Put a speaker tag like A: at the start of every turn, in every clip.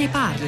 A: ne parla?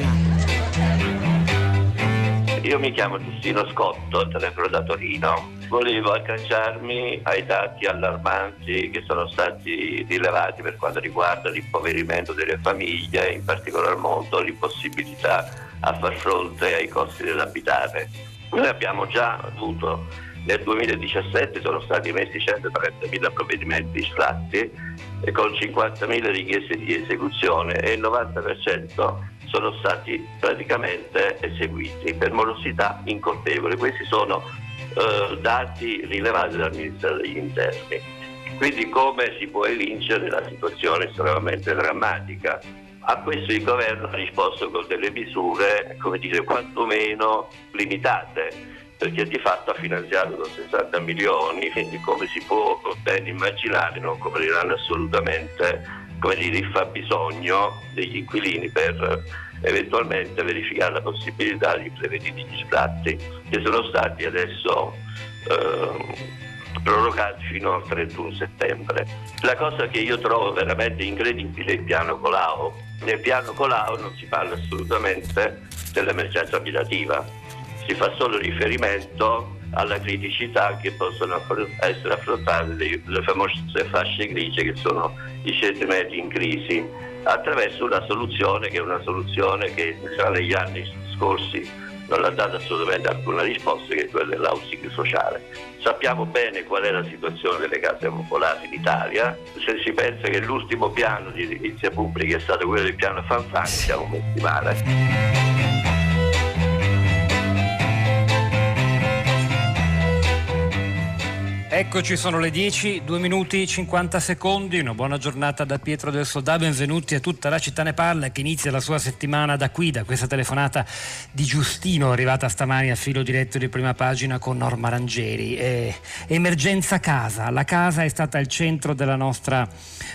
B: Io mi chiamo Giustino Scotto, telefono da Torino. Volevo agganciarmi ai dati allarmanti che sono stati rilevati per quanto riguarda l'impoverimento delle famiglie, in particolar modo l'impossibilità a far fronte ai costi dell'abitare. Noi abbiamo già avuto, nel 2017 sono stati emessi 130.000 provvedimenti sfratti e con 50.000 richieste di esecuzione e il 90% sono stati praticamente eseguiti per morosità incolpevole. Questi sono dati rilevati dal Ministero degli Interni. Quindi come si può evincere la situazione estremamente drammatica? A questo il governo ha risposto con delle misure, quantomeno limitate, perché di fatto ha finanziato con 60 milioni, quindi come si può ben immaginare non copriranno assolutamente il fabbisogno degli inquilini per eventualmente verificare la possibilità di prevedere gli sfratti che sono stati adesso prorogati fino al 31 settembre. La cosa che io trovo veramente incredibile è il piano Colao. Nel piano Colao non si parla assolutamente dell'emergenza abitativa, si fa solo riferimento alla criticità che possono essere affrontate le famose fasce grigie che sono i ceti medi in crisi, attraverso una soluzione che già negli anni scorsi non ha dato assolutamente alcuna risposta, che è quella dell'housing sociale. Sappiamo bene qual è la situazione delle case popolari in Italia. Se si pensa che l'ultimo piano di edilizia pubblica è stato quello del piano Fanfani, siamo messi male.
C: Eccoci, sono le 10, 2 minuti 50 secondi, una buona giornata da Pietro del Soldà, benvenuti a Tutta la città ne parla, che inizia la sua settimana da qui, da questa telefonata di Giustino, arrivata stamani a filo diretto di Prima Pagina con Norma Rangeri. Emergenza casa, la casa è stata il centro della nostra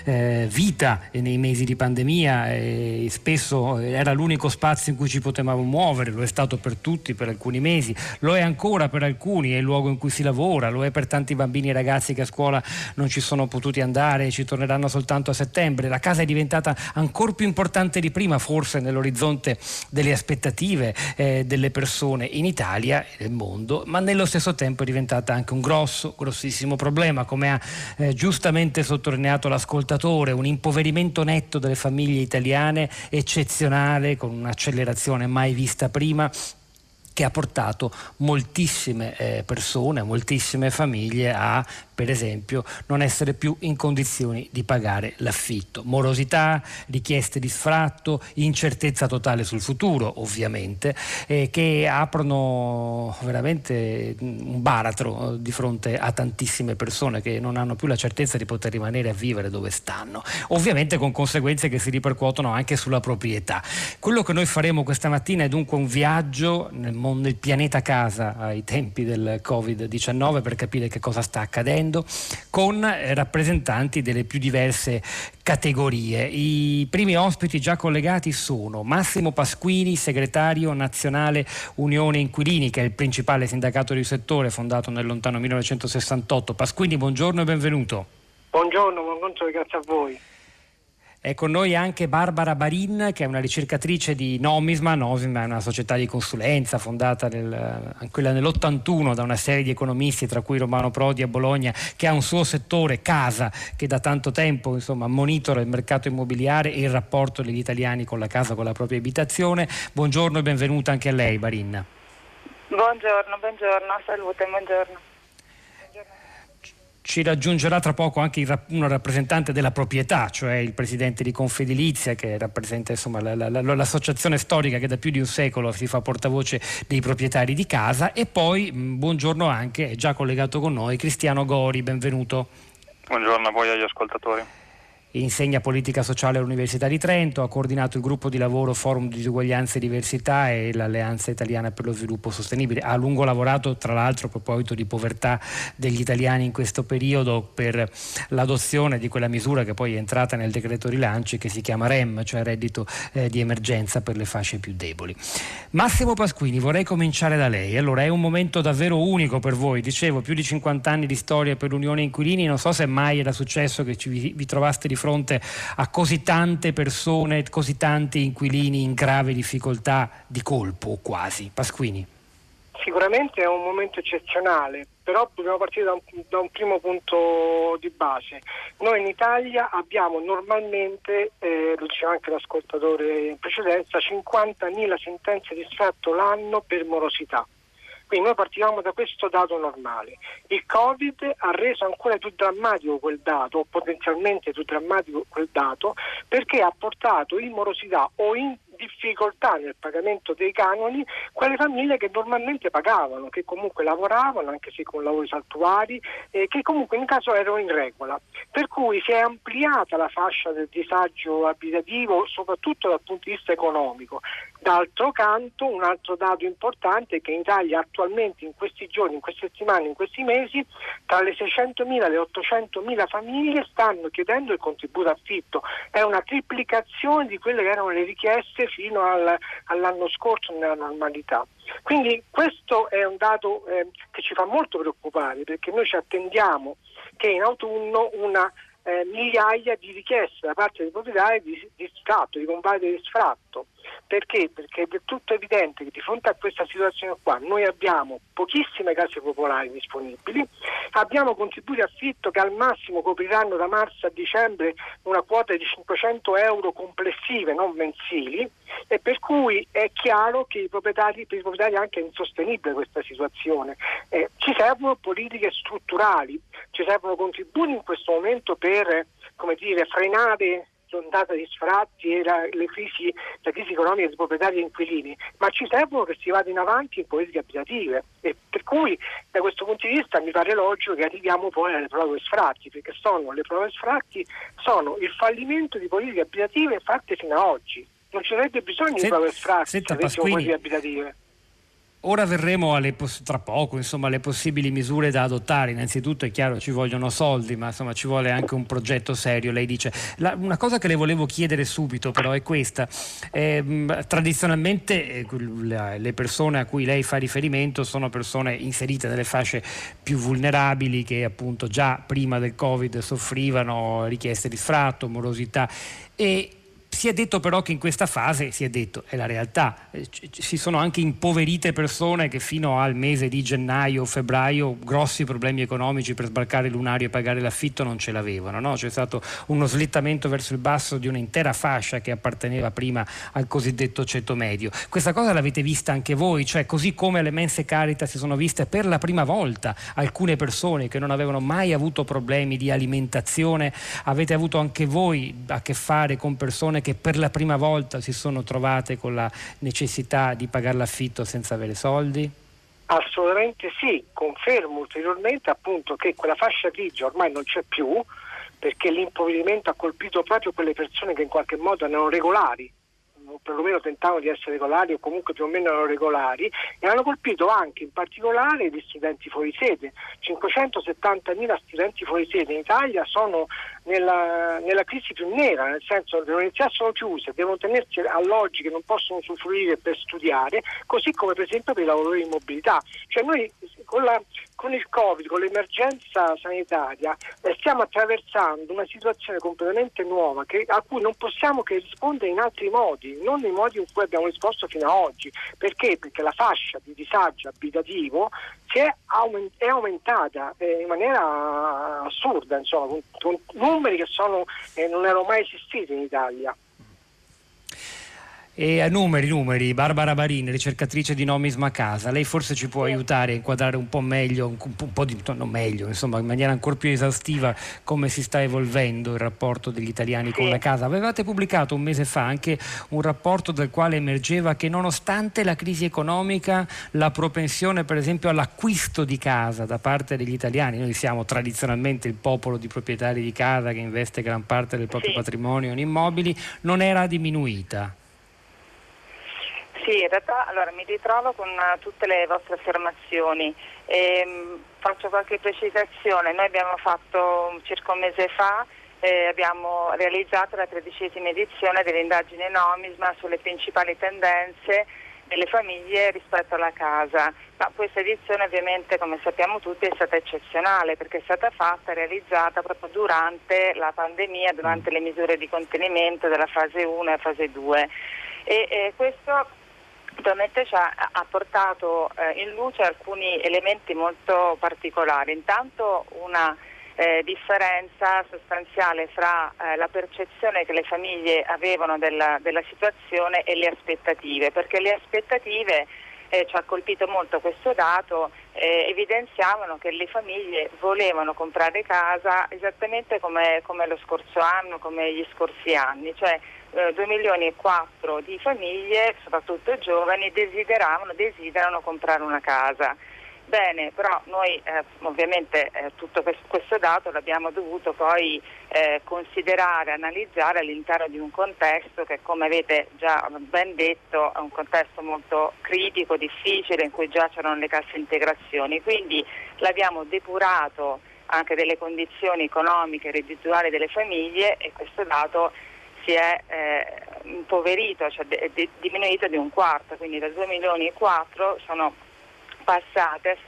C: vita nei mesi di pandemia, e spesso era l'unico spazio in cui ci potevamo muovere, lo è stato per tutti per alcuni mesi, lo è ancora per alcuni, è il luogo in cui si lavora, lo è per tanti bambini e ragazzi che a scuola non ci sono potuti andare e ci torneranno soltanto a settembre. La casa è diventata ancora più importante di prima, forse nell'orizzonte delle aspettative delle persone in Italia e nel mondo, ma nello stesso tempo è diventata anche un grossissimo problema, come ha giustamente sottolineato l'ascoltatore, un impoverimento netto delle famiglie italiane eccezionale, con un'accelerazione mai vista prima, che ha portato moltissime persone, moltissime famiglie a, per esempio, non essere più in condizioni di pagare l'affitto. Morosità, richieste di sfratto, incertezza totale sul futuro, ovviamente, che aprono veramente un baratro di fronte a tantissime persone che non hanno più la certezza di poter rimanere a vivere dove stanno, ovviamente con conseguenze che si ripercuotono anche sulla proprietà. Quello che noi faremo questa mattina è dunque un viaggio nel pianeta casa ai tempi del Covid-19 per capire che cosa sta accadendo, con rappresentanti delle più diverse categorie. I primi ospiti già collegati sono Massimo Pasquini, segretario nazionale Unione Inquilini, che è il principale sindacato di settore fondato nel lontano 1968. Pasquini, buongiorno e benvenuto.
D: Buongiorno, grazie a voi.
C: È con noi anche Barbara Barin, che è una ricercatrice di Nomisma. Nomisma è una società di consulenza fondata quella nell'81 da una serie di economisti, tra cui Romano Prodi a Bologna, che ha un suo settore casa che da tanto tempo monitora il mercato immobiliare e il rapporto degli italiani con la casa, con la propria abitazione. Buongiorno e benvenuta anche a lei, Barin.
E: Buongiorno, salute, buongiorno.
C: Ci raggiungerà tra poco anche un rappresentante della proprietà, cioè il presidente di Confedilizia, che rappresenta l'associazione storica che da più di un secolo si fa portavoce dei proprietari di casa. E poi buongiorno anche, è già collegato con noi, Cristiano Gori, benvenuto.
F: Buongiorno a voi e agli ascoltatori.
C: Insegna politica sociale all'Università di Trento, ha coordinato il gruppo di lavoro Forum di Disuguaglianza e Diversità e l'Alleanza Italiana per lo Sviluppo Sostenibile. Ha a lungo lavorato, tra l'altro, a proposito di povertà degli italiani in questo periodo, per l'adozione di quella misura che poi è entrata nel decreto rilanci, che si chiama REM, cioè reddito di emergenza per le fasce più deboli. Massimo Pasquini, vorrei cominciare da lei. Allora, è un momento davvero unico per voi, dicevo, più di 50 anni di storia per l'Unione Inquilini, non so se mai era successo che vi trovaste di fronte a così tante persone, così tanti inquilini in grave difficoltà di colpo quasi. Pasquini.
D: Sicuramente è un momento eccezionale, però dobbiamo partire da un primo punto di base. Noi in Italia abbiamo normalmente, lo diceva anche l'ascoltatore in precedenza, 50.000 sentenze di sfratto l'anno per morosità. Quindi noi partivamo da questo dato normale. Il Covid ha reso ancora più drammatico quel dato, o potenzialmente più drammatico quel dato, perché ha portato in morosità o in difficoltà nel pagamento dei canoni quelle famiglie che normalmente pagavano, che comunque lavoravano, anche se con lavori saltuari, che comunque in caso erano in regola. Per cui si è ampliata la fascia del disagio abitativo, soprattutto dal punto di vista economico. D'altro canto, un altro dato importante è che in Italia attualmente, in questi giorni, in queste settimane, in questi mesi, tra le 600.000 e le 800.000 famiglie stanno chiedendo il contributo affitto. È una triplicazione di quelle che erano le richieste fino all'anno scorso nella normalità. Quindi questo è un dato che ci fa molto preoccupare, perché noi ci attendiamo che in autunno una migliaia di richieste da parte dei proprietari di sfratto, di combattere di sfratto. Perché? Perché è del tutto evidente che di fronte a questa situazione qua noi abbiamo pochissime case popolari disponibili, abbiamo contributi affitto che al massimo copriranno da marzo a dicembre una quota di 500 euro complessive, non mensili, e per cui è chiaro che per i proprietari anche è insostenibile questa situazione. Ci servono politiche strutturali, ci servono contributi in questo momento per, frenare l'ondata di sfratti e la crisi economica dei proprietari e inquilini, ma ci servono che si vada in avanti in politiche abitative, e per cui da questo punto di vista mi pare logico che arriviamo poi alle prove sfratti, perché le prove sfratti sono il fallimento di politiche abitative fatte fino ad oggi. Non ci sarebbe bisogno di prove sfratti se avessimo politiche abitative.
C: Ora verremo tra poco alle possibili misure da adottare. Innanzitutto è chiaro ci vogliono soldi, ma ci vuole anche un progetto serio, lei dice. Una cosa che le volevo chiedere subito però è questa. Tradizionalmente le persone a cui lei fa riferimento sono persone inserite nelle fasce più vulnerabili, che appunto già prima del Covid soffrivano richieste di sfratto, morosità, e si è detto però che in questa fase, è la realtà, si sono anche impoverite persone che fino al mese di gennaio o febbraio grossi problemi economici per sbarcare il lunario e pagare l'affitto non ce l'avevano, no? C'è stato uno slittamento verso il basso di un'intera fascia che apparteneva prima al cosiddetto ceto medio. Questa cosa l'avete vista anche voi, cioè così come alle mense Caritas si sono viste per la prima volta alcune persone che non avevano mai avuto problemi di alimentazione, avete avuto anche voi a che fare con persone che per la prima volta si sono trovate con la necessità di pagare l'affitto senza avere soldi?
D: Assolutamente sì, confermo ulteriormente appunto che quella fascia grigia ormai non c'è più, perché l'impoverimento ha colpito proprio quelle persone che in qualche modo erano regolari, o perlomeno tentavano di essere regolari o comunque più o meno erano regolari, e hanno colpito anche in particolare gli studenti fuori sede. 570.000 studenti fuori sede in Italia sono nella crisi più nera, nel senso che le università sono chiuse, devono tenersi alloggi che non possono usufruire per studiare, così come per esempio per i lavoratori in mobilità. Cioè noi con il Covid, con l'emergenza sanitaria, stiamo attraversando una situazione completamente nuova a cui non possiamo che rispondere in altri modi, non nei modi in cui abbiamo risposto fino ad oggi. Perché? Perché la fascia di disagio abitativo è aumentata in maniera assurda, con numeri che non erano mai esistiti in Italia.
C: E a numeri, Barbara Barin, ricercatrice di Nomisma Casa, lei forse ci può aiutare a inquadrare un po' meglio, in maniera ancora più esaustiva come si sta evolvendo il rapporto degli italiani con la casa. Avevate pubblicato un mese fa anche un rapporto dal quale emergeva che nonostante la crisi economica, la propensione per esempio all'acquisto di casa da parte degli italiani, noi siamo tradizionalmente il popolo di proprietari di casa che investe gran parte del proprio patrimonio in immobili, non era diminuita.
E: Sì, in realtà mi ritrovo con tutte le vostre affermazioni. Faccio qualche precisazione. Noi abbiamo fatto circa un mese fa, abbiamo realizzato la 13ª edizione dell'indagine Nomisma sulle principali tendenze delle famiglie rispetto alla casa. Ma questa edizione ovviamente, come sappiamo tutti, è stata eccezionale perché è stata realizzata proprio durante la pandemia, durante le misure di contenimento della fase 1 e fase 2 e questo ovviamente ha portato in luce alcuni elementi molto particolari. Intanto una differenza sostanziale fra la percezione che le famiglie avevano della situazione e le aspettative, perché le aspettative, ci ha colpito molto questo dato, evidenziavano che le famiglie volevano comprare casa esattamente come lo scorso anno, come gli scorsi anni, cioè 2,4 milioni di famiglie, soprattutto giovani, desiderano comprare una casa. Bene, però noi ovviamente tutto questo dato l'abbiamo dovuto poi considerare, analizzare all'interno di un contesto che, come avete già ben detto, è un contesto molto critico, difficile, in cui già c'erano le casse integrazioni, quindi l'abbiamo depurato anche delle condizioni economiche e reddituali delle famiglie e questo dato si è impoverito, cioè è diminuito di un quarto, quindi da 2,4 milioni sono passate a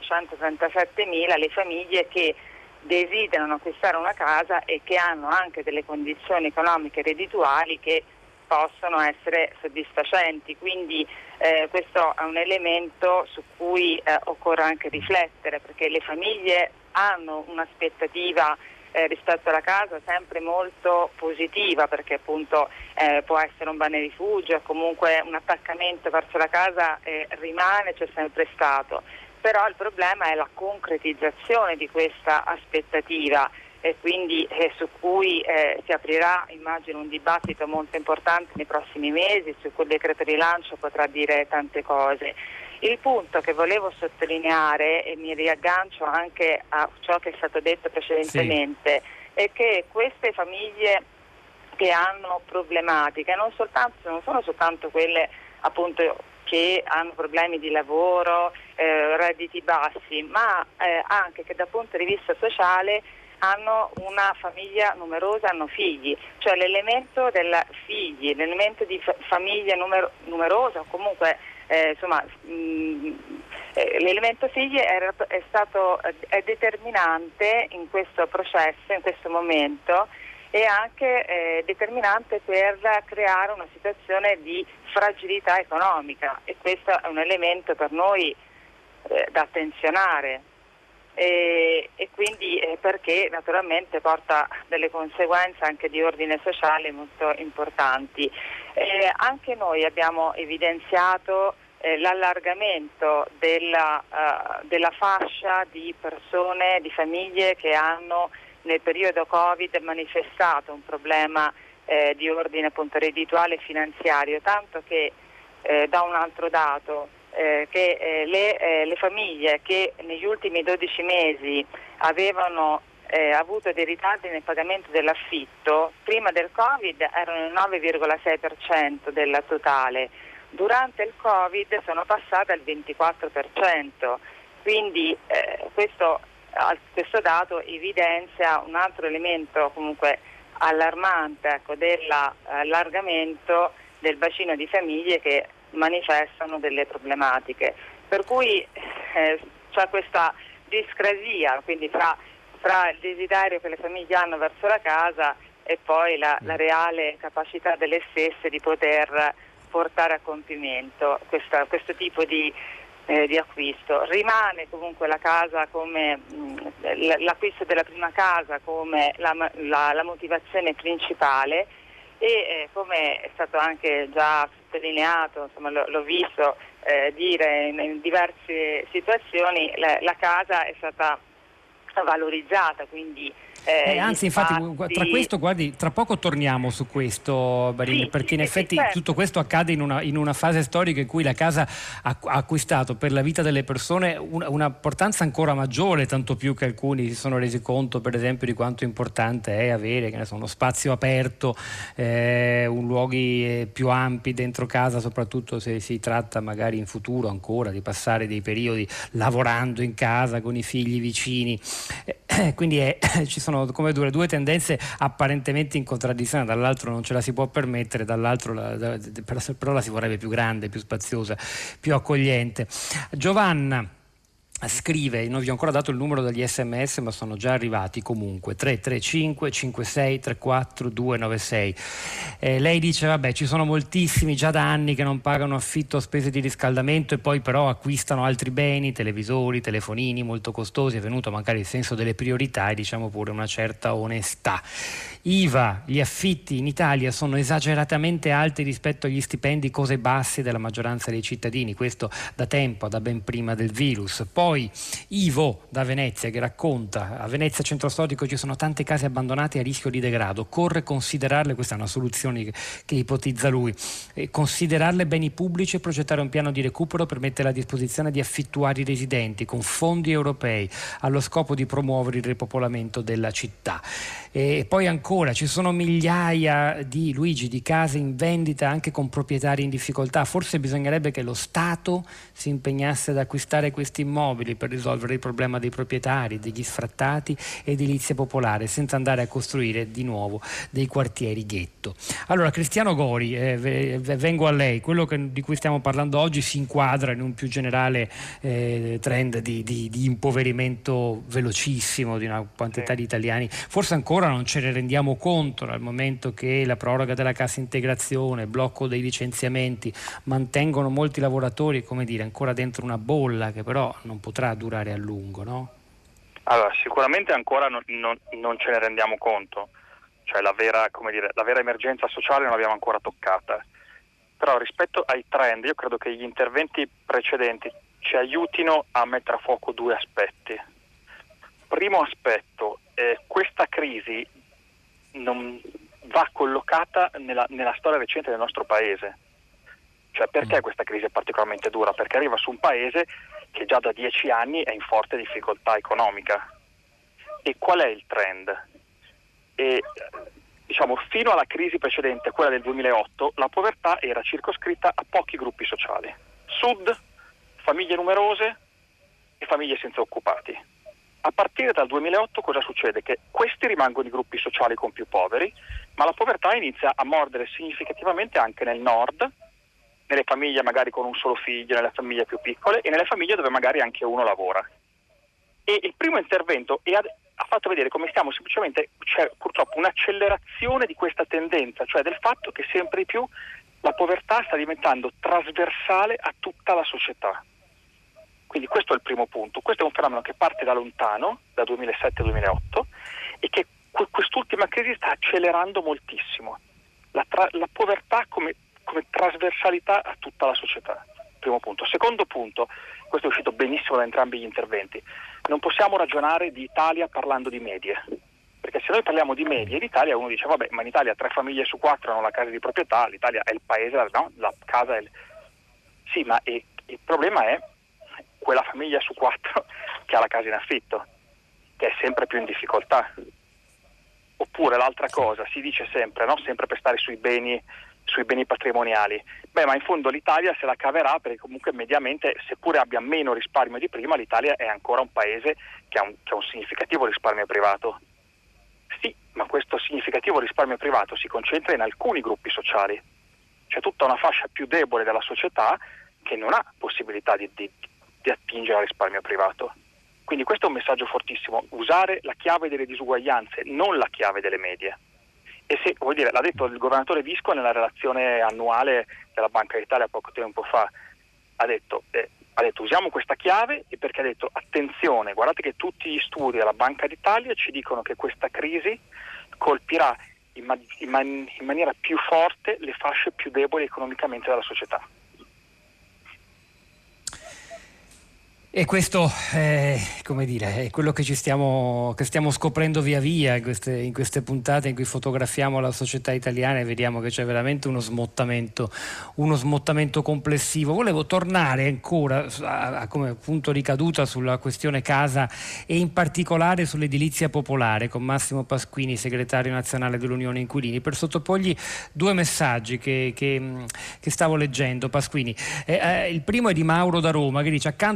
E: 637.000 le famiglie che desiderano acquistare una casa e che hanno anche delle condizioni economiche e reddituali che possono essere soddisfacenti, quindi questo è un elemento su cui occorre anche riflettere, perché le famiglie hanno un'aspettativa rispetto alla casa sempre molto positiva, perché appunto può essere un bene rifugio, comunque un attaccamento verso la casa rimane, c'è sempre stato, però il problema è la concretizzazione di questa aspettativa e quindi su cui si aprirà, immagino, un dibattito molto importante nei prossimi mesi, su cui il decreto rilancio potrà dire tante cose. Il punto che volevo sottolineare, e mi riaggancio anche a ciò che è stato detto precedentemente, è che queste famiglie che hanno problematiche non sono soltanto quelle appunto che hanno problemi di lavoro, redditi bassi, ma anche che dal punto di vista sociale hanno una famiglia numerosa, hanno figli, cioè l'elemento del figli, l'elemento di famiglia numerosa o comunque l'elemento figli è determinante in questo processo, in questo momento, e anche determinante per creare una situazione di fragilità economica, e questo è un elemento per noi da attenzionare e quindi perché naturalmente porta delle conseguenze anche di ordine sociale molto importanti. Anche noi abbiamo evidenziato l'allargamento della fascia di persone, di famiglie che hanno nel periodo Covid manifestato un problema di ordine appunto reddituale e finanziario, tanto che da un altro dato che le famiglie che negli ultimi 12 mesi avevano avuto dei ritardi nel pagamento dell'affitto, prima del Covid erano il 9,6% della totale, durante il Covid sono passate al 24%, quindi questo dato evidenzia un altro elemento comunque allarmante, ecco, dell'allargamento del bacino di famiglie che manifestano delle problematiche, per cui c'è questa discrasia quindi fra il desiderio che le famiglie hanno verso la casa e poi la reale capacità delle stesse di poter portare a compimento questo tipo di acquisto. Rimane comunque la casa come l'acquisto della prima casa come la motivazione principale e come è stato anche già sottolineato, insomma l'ho visto dire in diverse situazioni, la casa è stata valorizzata, quindi
C: anzi infatti tra questo, guardi, tra poco torniamo su questo, Barin, perché in effetti
E: certo.
C: tutto questo accade in una fase storica in cui la casa ha acquistato per la vita delle persone un'importanza ancora maggiore, tanto più che alcuni si sono resi conto per esempio di quanto importante è avere, che ne so, uno spazio aperto, luoghi più ampi dentro casa, soprattutto se si tratta magari in futuro ancora di passare dei periodi lavorando in casa con i figli vicini. Quindi ci sono come due tendenze apparentemente in contraddizione: dall'altro non ce la si può permettere, dall'altro però la si vorrebbe più grande, più spaziosa, più accogliente. Giovanna scrive, non vi ho ancora dato il numero degli SMS ma sono già arrivati comunque, 335 56 34 296. Lei dice vabbè, ci sono moltissimi già da anni che non pagano affitto o spese di riscaldamento e poi però acquistano altri beni, televisori, telefonini molto costosi. È venuto magari il senso delle priorità e diciamo pure una certa onestà. IVA, gli affitti in Italia sono esageratamente alti rispetto agli stipendi cose bassi della maggioranza dei cittadini, questo da tempo, da ben prima del virus. Poi Ivo da Venezia che racconta: a Venezia centro storico ci sono tante case abbandonate a rischio di degrado, occorre considerarle, questa è una soluzione che ipotizza lui, considerarle beni pubblici e progettare un piano di recupero per mettere a disposizione di affittuari residenti con fondi europei allo scopo di promuovere il ripopolamento della città. E poi ancora ci sono migliaia di case in vendita anche con proprietari in difficoltà. Forse bisognerebbe che lo Stato si impegnasse ad acquistare questi immobili per risolvere il problema dei proprietari, degli sfrattati e edilizia popolare, senza andare a costruire di nuovo dei quartieri ghetto. Allora, Cristiano Gori, vengo a lei. Quello di cui stiamo parlando oggi si inquadra in un più generale trend di impoverimento velocissimo di una quantità di italiani. Forse ancora non ce ne rendiamo conto, dal momento che la proroga della cassa integrazione, il blocco dei licenziamenti mantengono molti lavoratori, come dire, ancora dentro una bolla che però non potrà durare a lungo, no?
F: Allora, sicuramente ancora non ce ne rendiamo conto, cioè la vera emergenza sociale non l'abbiamo ancora toccata. Però rispetto ai trend, io credo che gli interventi precedenti ci aiutino a mettere a fuoco due aspetti. Primo aspetto, questa crisi non va collocata nella storia recente del nostro paese. Cioè, perché questa crisi è particolarmente dura? Perché arriva su un paese che già da 10 anni è in forte difficoltà economica. E qual è il trend? Fino alla crisi precedente, quella del 2008, la povertà era circoscritta a pochi gruppi sociali: sud, famiglie numerose e famiglie senza occupati. A partire dal 2008 cosa succede? Che questi rimangono i gruppi sociali con più poveri, ma la povertà inizia a mordere significativamente anche nel nord, nelle famiglie magari con un solo figlio, nelle famiglie più piccole e nelle famiglie dove magari anche uno lavora. E il primo intervento ha fatto vedere come c'è purtroppo un'accelerazione di questa tendenza, cioè del fatto che sempre di più la povertà sta diventando trasversale a tutta la società. Quindi questo è il primo punto. Questo è un fenomeno che parte da lontano, da 2007-2008, e che quest'ultima crisi sta accelerando moltissimo. La povertà come trasversalità a tutta la società. Primo punto. Secondo punto, questo è uscito benissimo da entrambi gli interventi: non possiamo ragionare di Italia parlando di medie. Perché se noi parliamo di medie in Italia, uno dice vabbè, ma in Italia 3 famiglie su 4 hanno la casa di proprietà, l'Italia è il paese, no? La casa è Sì, ma il problema è quella famiglia su 4 che ha la casa in affitto, che è sempre più in difficoltà. Oppure l'altra cosa, si dice sempre, no? Sempre per stare sui beni patrimoniali, ma in fondo l'Italia se la caverà, perché comunque mediamente, seppure abbia meno risparmio di prima, l'Italia è ancora un paese che ha un significativo risparmio privato. Sì, ma questo significativo risparmio privato si concentra in alcuni gruppi sociali. C'è tutta una fascia più debole della società che non ha possibilità di attingere al risparmio privato. Quindi questo è un messaggio fortissimo: usare la chiave delle disuguaglianze, non la chiave delle medie. E se, l'ha detto il governatore Visco nella relazione annuale della Banca d'Italia poco tempo fa, ha detto usiamo questa chiave, e perché ha detto attenzione, guardate che tutti gli studi della Banca d'Italia ci dicono che questa crisi colpirà in maniera più forte le fasce più deboli economicamente della società.
C: E questo è quello che stiamo scoprendo via via in queste puntate in cui fotografiamo la società italiana e vediamo che c'è veramente uno smottamento complessivo. Volevo tornare ancora come punto di caduta sulla questione casa e in particolare sull'edilizia popolare con Massimo Pasquini, segretario nazionale dell'Unione Inquilini, per sottoporgli 2 messaggi che stavo leggendo. Pasquini, il primo è di Mauro da Roma, che dice: accanto al problema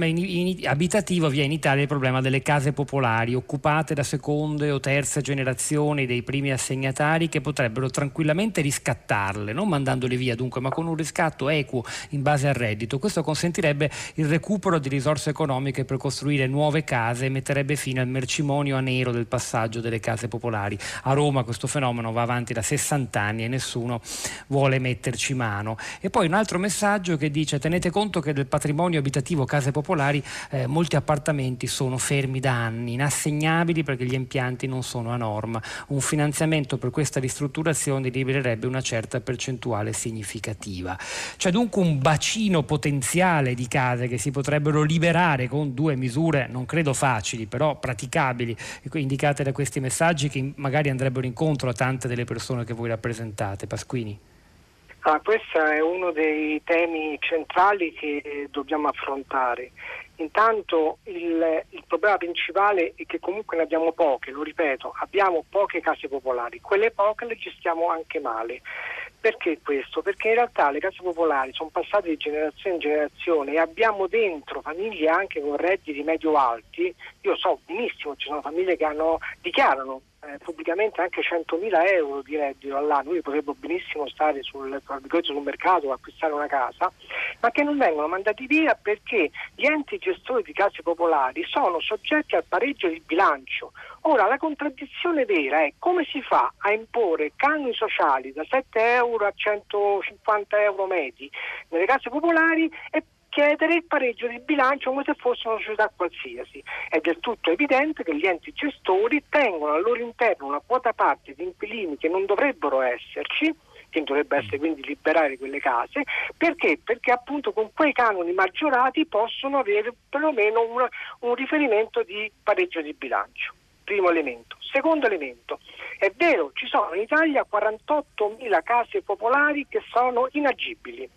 C: problema abitativo vi è in Italia il problema delle case popolari occupate da seconde o terze generazioni dei primi assegnatari che potrebbero tranquillamente riscattarle, non mandandole via dunque, ma con un riscatto equo in base al reddito. Questo consentirebbe il recupero di risorse economiche per costruire nuove case e metterebbe fine al mercimonio a nero del passaggio delle case popolari. A Roma questo fenomeno va avanti da 60 anni e nessuno vuole metterci mano. E poi un altro messaggio che dice: tenete conto che del patrimonio abitativo case popolari molti appartamenti sono fermi da anni, inassegnabili perché gli impianti non sono a norma. Un finanziamento per questa ristrutturazione libererebbe una certa percentuale significativa. C'è dunque un bacino potenziale di case che si potrebbero liberare con due misure non credo facili, però praticabili, indicate da questi messaggi, che magari andrebbero incontro a tante delle persone che voi rappresentate. Pasquini.
D: Questo è uno dei temi centrali che dobbiamo affrontare. Intanto il problema principale è che comunque ne abbiamo poche, lo ripeto, abbiamo poche case popolari, quelle poche le gestiamo anche male. Perché questo? Perché in realtà le case popolari sono passate di generazione in generazione e abbiamo dentro famiglie anche con redditi medio-alti. Io so benissimo, ci sono famiglie che dichiarano pubblicamente anche 100.000 euro di reddito all'anno. Io potrei benissimo stare sul mercato a acquistare una casa, ma che non vengono mandati via perché gli enti gestori di case popolari sono soggetti al pareggio di bilancio. Ora, la contraddizione vera è come si fa a imporre canoni sociali da 7 euro a 150 euro medi nelle case popolari e chiedere il pareggio di bilancio come se fosse una società qualsiasi. È del tutto evidente che gli enti gestori tengono al loro interno una quota parte di inquilini che non dovrebbero esserci, che dovrebbe essere quindi liberare quelle case. Perché? Perché appunto con quei canoni maggiorati possono avere perlomeno un riferimento di pareggio di bilancio. Primo elemento. Secondo elemento, è vero, ci sono in Italia 48.000 case popolari che sono inagibili,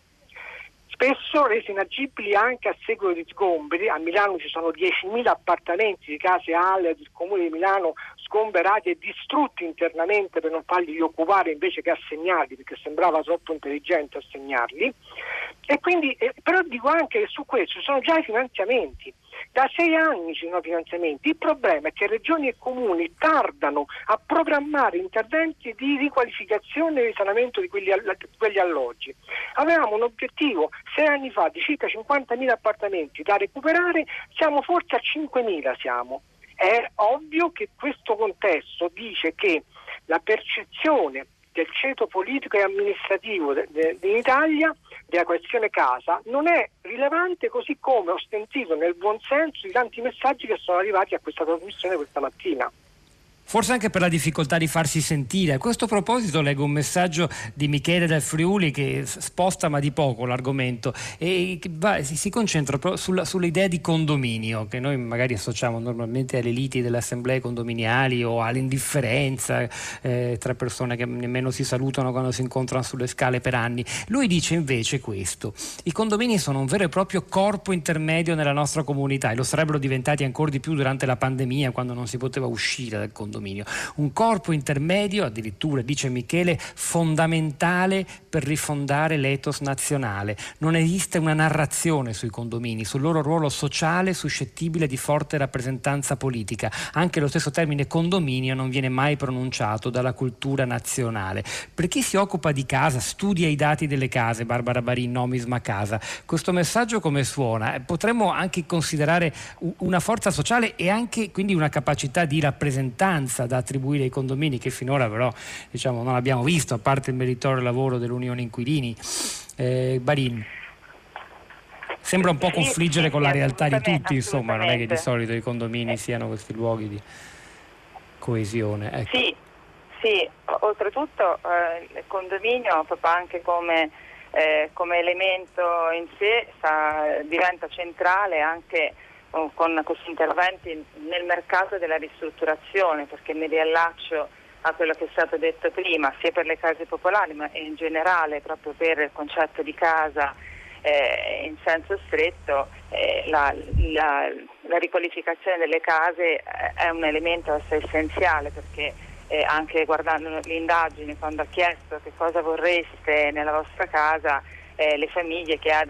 D: spesso resi inagibili anche a seguito di sgomberi. A Milano ci sono 10.000 appartamenti di case AL del Comune di Milano sgomberati e distrutti internamente per non farli rioccupare invece che assegnarli, perché sembrava troppo intelligente assegnarli. E quindi, però dico anche che su questo ci sono già i finanziamenti. Da 6 anni ci sono finanziamenti. Il problema è che regioni e comuni tardano a programmare interventi di riqualificazione e risanamento di quegli alloggi. Avevamo un obiettivo 6 anni fa di circa 50.000 appartamenti da recuperare, siamo forse a 5.000 siamo. È ovvio che questo contesto dice che la percezione del ceto politico e amministrativo in Italia della questione casa non è rilevante, così come ho sentito nel buon senso di tanti messaggi che sono arrivati a questa trasmissione questa mattina.
C: Forse anche per la difficoltà di farsi sentire. A questo proposito leggo un messaggio di Michele dal Friuli che sposta ma di poco l'argomento e che si concentra sull'idea di condominio, che noi magari associamo normalmente alle liti delle assemblee condominiali o all'indifferenza tra persone che nemmeno si salutano quando si incontrano sulle scale per anni. Lui dice invece questo: i condomini sono un vero e proprio corpo intermedio nella nostra comunità e lo sarebbero diventati ancora di più durante la pandemia, quando non si poteva uscire dal condominio. Un corpo intermedio, addirittura dice Michele, fondamentale per rifondare l'ethos nazionale. Non esiste una narrazione sui condomini, sul loro ruolo sociale suscettibile di forte rappresentanza politica. Anche lo stesso termine condominio non viene mai pronunciato dalla cultura nazionale. Per chi si occupa di casa, studia i dati delle case, Barbara Barin, Nomisma Casa, questo messaggio come suona? Potremmo anche considerare una forza sociale e anche quindi una capacità di rappresentanza da attribuire ai condomini, che finora però non abbiamo visto, a parte il meritorio lavoro dell'Unione Inquilini. Barin, sembra un po' confliggere con la realtà di tutti, insomma, non è che di solito i condomini siano questi luoghi di coesione. Ecco.
E: Sì, oltretutto il condominio proprio anche come elemento in sé diventa centrale anche con questi interventi nel mercato della ristrutturazione, perché mi riallaccio a quello che è stato detto prima, sia per le case popolari ma in generale proprio per il concetto di casa in senso stretto. La riqualificazione delle case è un elemento essenziale, perché anche guardando le indagini, quando ha chiesto che cosa vorreste nella vostra casa, le famiglie chiedono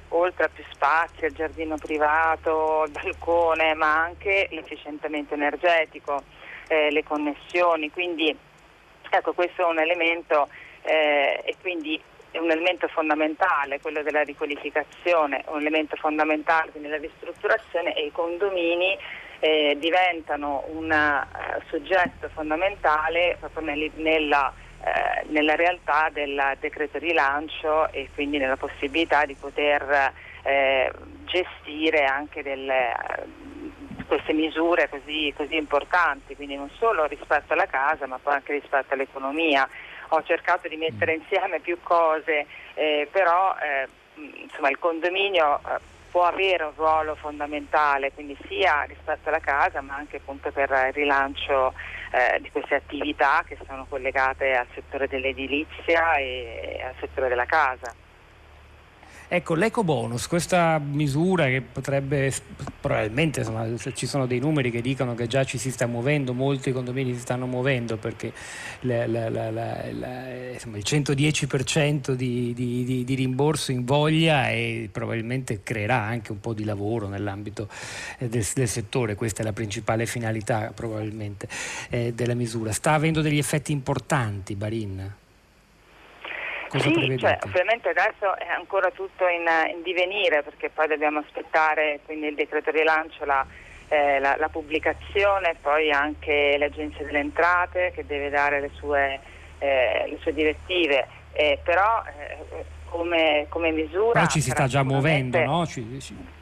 E: oltre a più spazi, al giardino privato, il balcone, ma anche l'efficientamento energetico, le connessioni, quindi ecco, questo è un elemento e quindi è un elemento fondamentale, quello della riqualificazione, un elemento fondamentale nella ristrutturazione, e i condomini diventano un soggetto fondamentale proprio nella realtà del decreto rilancio, e quindi nella possibilità di poter gestire anche queste misure così importanti, quindi non solo rispetto alla casa ma poi anche rispetto all'economia. Ho cercato di mettere insieme più cose, però insomma il condominio può avere un ruolo fondamentale, quindi sia rispetto alla casa ma anche appunto per il rilancio di queste attività che sono collegate al settore dell'edilizia e al settore della casa.
C: Ecco, l'ecobonus, questa misura che potrebbe, probabilmente, insomma, ci sono dei numeri che dicono che già ci si sta muovendo, molti condomini si stanno muovendo, perché insomma, il 110% di rimborso invoglia e probabilmente creerà anche un po' di lavoro nell'ambito del settore. Questa è la principale finalità probabilmente della misura. Sta avendo degli effetti importanti, Barin? Cosa
E: sì, cioè, ovviamente adesso è ancora tutto in divenire, perché poi dobbiamo aspettare quindi il decreto rilancio, la pubblicazione, poi anche l'Agenzia delle Entrate che deve dare le sue direttive, però come misura...
C: Però ci si sta già muovendo, no?
E: Sì,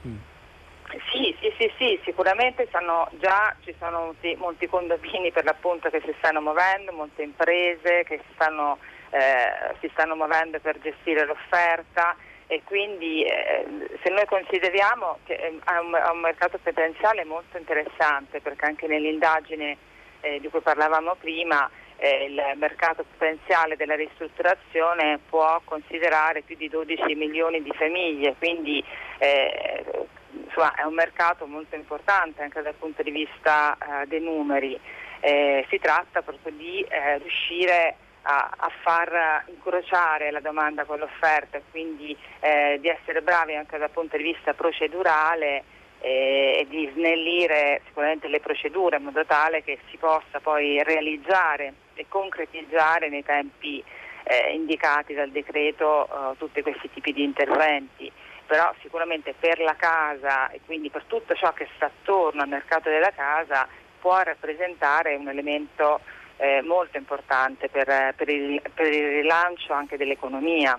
E: sicuramente ci sono molti condomini per l'appunto che si stanno muovendo, molte imprese che si stanno muovendo per gestire l'offerta, e quindi se noi consideriamo che ha un mercato potenziale molto interessante, perché anche nell'indagine di cui parlavamo prima, il mercato potenziale della ristrutturazione può considerare più di 12 milioni di famiglie, quindi insomma, è un mercato molto importante anche dal punto di vista dei numeri. Si tratta proprio di riuscire a far incrociare la domanda con l'offerta, quindi di essere bravi anche dal punto di vista procedurale e di snellire sicuramente le procedure in modo tale che si possa poi realizzare e concretizzare nei tempi indicati dal decreto tutti questi tipi di interventi. Però sicuramente per la casa e quindi per tutto ciò che sta attorno al mercato della casa può rappresentare un elemento molto importante per il rilancio anche dell'economia.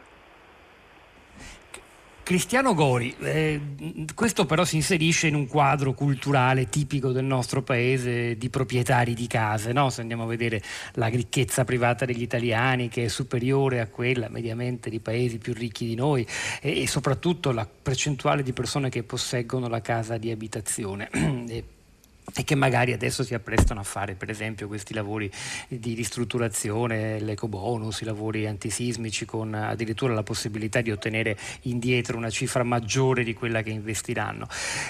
C: Cristiano Gori, questo però si inserisce in un quadro culturale tipico del nostro paese di proprietari di case, no? Se andiamo a vedere la ricchezza privata degli italiani, che è superiore a quella mediamente di paesi più ricchi di noi, e soprattutto la percentuale di persone che posseggono la casa di abitazione e che magari adesso si apprestano a fare per esempio questi lavori di ristrutturazione, l'ecobonus, i lavori antisismici, con addirittura la possibilità di ottenere indietro una cifra maggiore di quella che investiranno.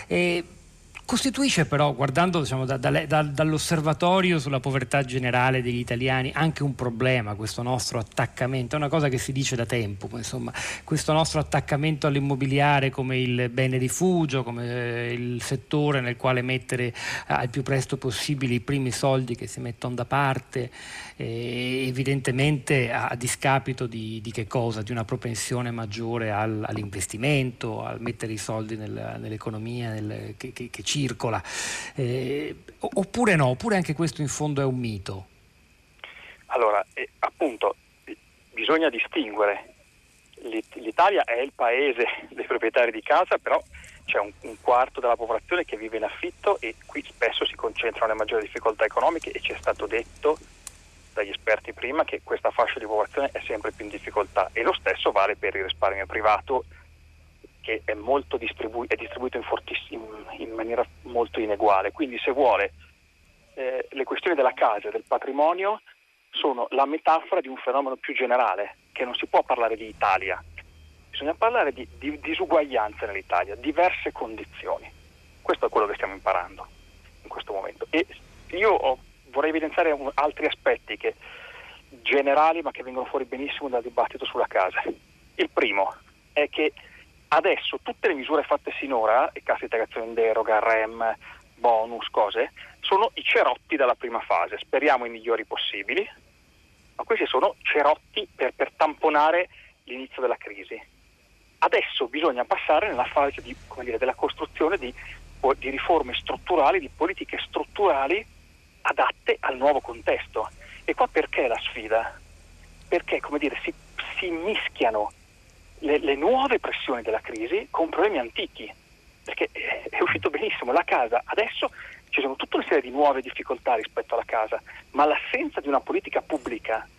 C: Costituisce però, guardando diciamo, dall'osservatorio sulla povertà generale degli italiani, anche un problema questo nostro attaccamento. È una cosa che si dice da tempo, insomma, questo nostro attaccamento all'immobiliare come il bene rifugio, come il settore nel quale mettere al più presto possibile i primi soldi che si mettono da parte, evidentemente a discapito di che cosa? Di una propensione maggiore all'investimento, al mettere i soldi nell'economia che circola, oppure no? Oppure anche questo in fondo è un mito?
F: Allora, appunto, bisogna distinguere. L'Italia è il paese dei proprietari di casa, però c'è un quarto della popolazione che vive in affitto, e qui spesso si concentrano le maggiori difficoltà economiche, e ci è stato detto dagli esperti prima che questa fascia di popolazione è sempre più in difficoltà, e lo stesso vale per il risparmio privato, che è molto distribuito in maniera molto ineguale. Quindi, se vuole, le questioni della casa e del patrimonio sono la metafora di un fenomeno più generale, che non si può parlare di Italia, bisogna parlare di disuguaglianze nell'Italia, diverse condizioni. Questo è quello che stiamo imparando in questo momento, e io vorrei evidenziare altri aspetti generali, ma che vengono fuori benissimo dal dibattito sulla casa. Il primo è che Adesso tutte le misure fatte sinora, e cassa integrazione in deroga, REM, bonus, cose, sono i cerotti della prima fase, speriamo i migliori possibili, ma questi sono cerotti per tamponare l'inizio della crisi. Adesso bisogna passare nella fase di, della costruzione di riforme strutturali, di politiche strutturali adatte al nuovo contesto. E qua perché la sfida? Perché si mischiano le nuove pressioni della crisi con problemi antichi, perché è uscito benissimo la casa, adesso ci sono tutta una serie di nuove difficoltà rispetto alla casa, ma l'assenza di una politica pubblica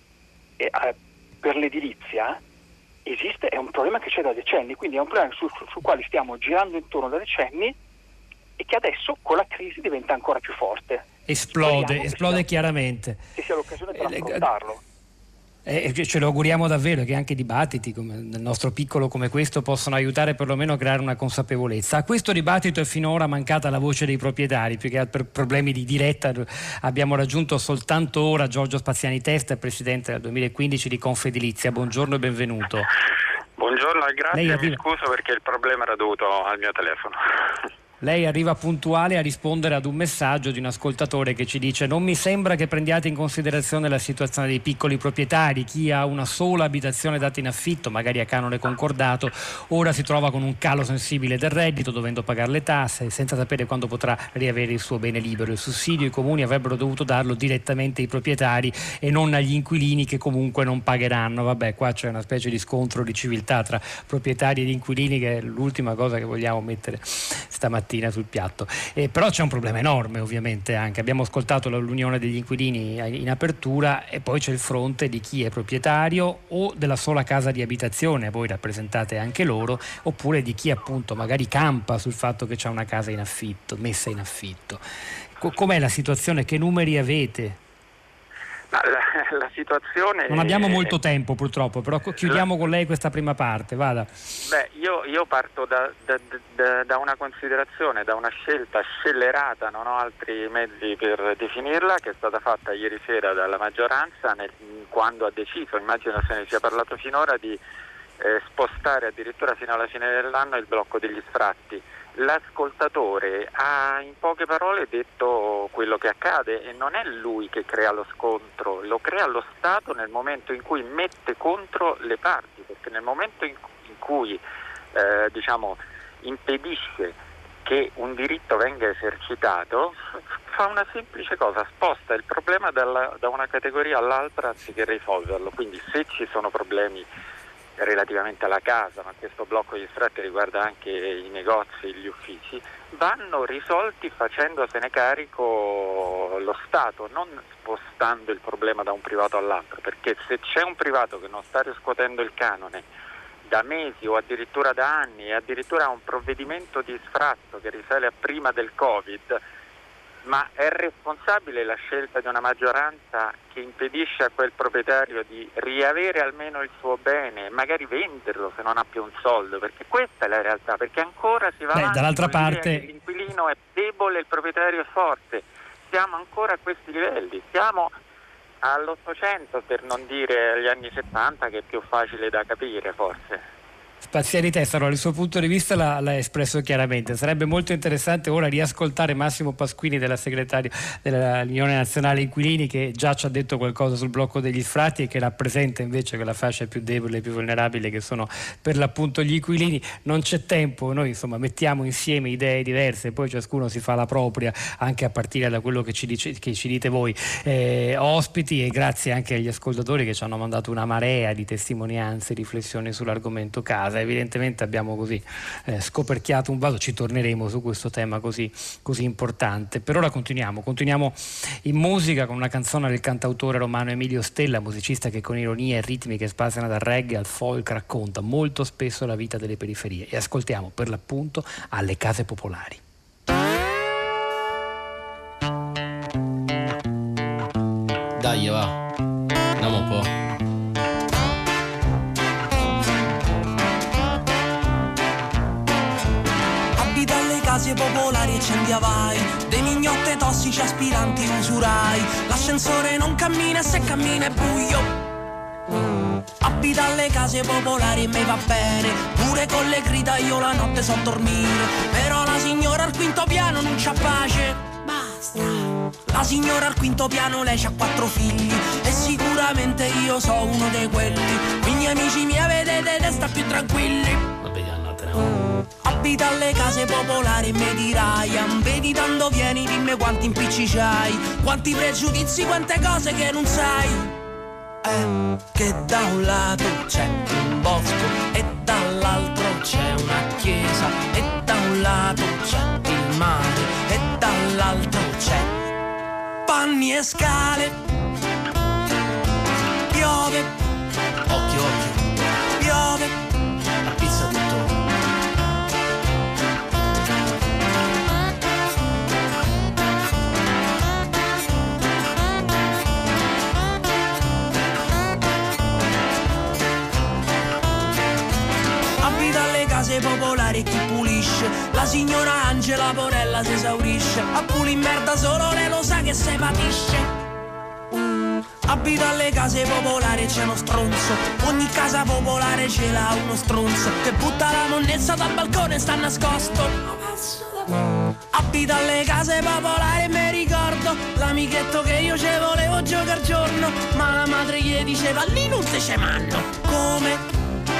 F: per l'edilizia esiste, è un problema che c'è da decenni, quindi è un problema sul quale stiamo girando intorno da decenni e che adesso con la crisi diventa ancora più forte.
C: Esplode chiaramente.
F: Che sia l'occasione per affrontarlo.
C: Ce lo auguriamo davvero, che anche dibattiti come nel nostro piccolo come questo possano aiutare perlomeno a creare una consapevolezza. A questo dibattito è finora mancata la voce dei proprietari, perché per problemi di diretta abbiamo raggiunto soltanto ora Giorgio Spaziani Testa, presidente del 2015 di Confedilizia. Buongiorno e benvenuto.
A: Buongiorno e grazie, mi scuso perché il problema era dovuto al mio telefono.
C: Lei arriva puntuale a rispondere ad un messaggio di un ascoltatore che ci dice: non mi sembra che prendiate in considerazione la situazione dei piccoli proprietari, chi ha una sola abitazione data in affitto, magari a canone concordato, ora si trova con un calo sensibile del reddito, dovendo pagare le tasse, senza sapere quando potrà riavere il suo bene libero. Il sussidio i comuni avrebbero dovuto darlo direttamente ai proprietari e non agli inquilini, che comunque non pagheranno. Vabbè, qua c'è una specie di scontro di civiltà tra proprietari ed inquilini, che è l'ultima cosa che vogliamo mettere stamattina sul piatto. Però c'è un problema enorme, ovviamente, anche abbiamo ascoltato l'unione degli inquilini in apertura, e poi c'è il fronte di chi è proprietario o della sola casa di abitazione, voi rappresentate anche loro, oppure di chi appunto magari campa sul fatto che c'è una casa in affitto, messa in affitto. Com'è la situazione? Che numeri avete?
A: La situazione...
C: Non abbiamo molto tempo purtroppo, però chiudiamo con lei questa prima parte, vada.
A: Io parto da una considerazione, da una scelta scellerata, non ho altri mezzi per definirla, che è stata fatta ieri sera dalla maggioranza quando ha deciso, immagino se ne sia parlato finora, di spostare addirittura fino alla fine dell'anno il blocco degli sfratti. L'ascoltatore ha in poche parole detto quello che accade, e non è lui che crea lo scontro, lo crea lo Stato nel momento in cui mette contro le parti, perché nel momento in cui impedisce che un diritto venga esercitato, fa una semplice cosa: sposta il problema da una categoria all'altra anziché risolverlo. Quindi se ci sono problemi relativamente alla casa, ma questo blocco di sfratti riguarda anche i negozi, gli uffici, vanno risolti facendosene carico lo Stato, non spostando il problema da un privato all'altro, perché se c'è un privato che non sta riscuotendo il canone da mesi o addirittura da anni, e addirittura ha un provvedimento di sfratto che risale a prima del Covid, ma è responsabile la scelta di una maggioranza che impedisce a quel proprietario di riavere almeno il suo bene, magari venderlo se non ha più un soldo, perché questa è la realtà, perché ancora si va avanti
C: dall'altra
A: con l'idea
C: parte...
A: che l'inquilino è debole e il proprietario è forte. Siamo ancora a questi livelli, siamo all'800, per non dire agli anni 70, che è più facile da capire forse.
C: Spaziani Testa, allora, il suo punto di vista l'ha espresso chiaramente. Sarebbe molto interessante ora riascoltare Massimo Pasquini, della segretaria dell'Unione Nazionale Inquilini, che già ci ha detto qualcosa sul blocco degli sfratti e che rappresenta invece quella fascia più debole e più vulnerabile, che sono per l'appunto gli inquilini. Non c'è tempo, noi insomma mettiamo insieme idee diverse, poi ciascuno si fa la propria, anche a partire da quello che ci dite voi ospiti, e grazie anche agli ascoltatori che ci hanno mandato una marea di testimonianze e riflessioni sull'argomento casa. Evidentemente abbiamo così scoperchiato un vaso, ci torneremo su questo tema così importante. Per ora continuiamo in musica con una canzone del cantautore romano Emilio Stella, musicista che con ironia e ritmi che spaziano dal reggae al folk racconta molto spesso la vita delle periferie, e ascoltiamo per l'appunto Alle case popolari.
G: Dai, va, andiamo un po'.
H: Case popolari e accendi vai, dei mignotte tossici aspiranti usurai, l'ascensore non cammina e se cammina è buio. Abita alle case popolari e mi va bene, pure con le grida io la notte so dormire, però la signora al quinto piano non c'ha pace. Basta. La signora al quinto piano lei c'ha 4 figli e sicuramente io so uno di quelli. Quindi amici miei vedete testa più tranquilli. Abita alle case popolari e mi dirai, vedi tanto vieni, dimmi quanti impicci c'hai, quanti pregiudizi, quante cose che non sai. Che da un lato c'è un bosco e dall'altro c'è una chiesa, e da un lato c'è il mare e dall'altro c'è panni e scale. Piove, occhio occhio, piove, la pizza tutto. Case popolari chi pulisce, la signora Angela Porella si esaurisce, a puli merda solo lei lo sa che se patisce. Abita alle case popolari e c'è uno stronzo, ogni casa popolare ce l'ha uno stronzo, che butta la monnezza dal balcone e sta nascosto. Abita alle case popolari e mi ricordo l'amichetto che io ce volevo giocare giorno, ma la madre gli diceva lì non te ce manno. Come?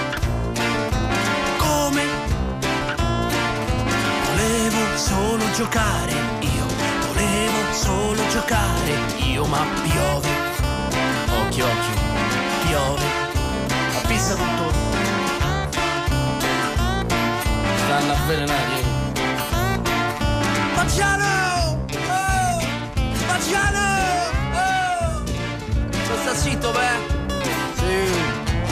H: Volevo solo giocare, io volevo solo giocare, io ma piove, occhio occhio, piove, la pista tutto.
G: Stanno avvelenati.
H: Maggiano! Oh! Maggiano! Oh! Sta zitto, beh? Sì.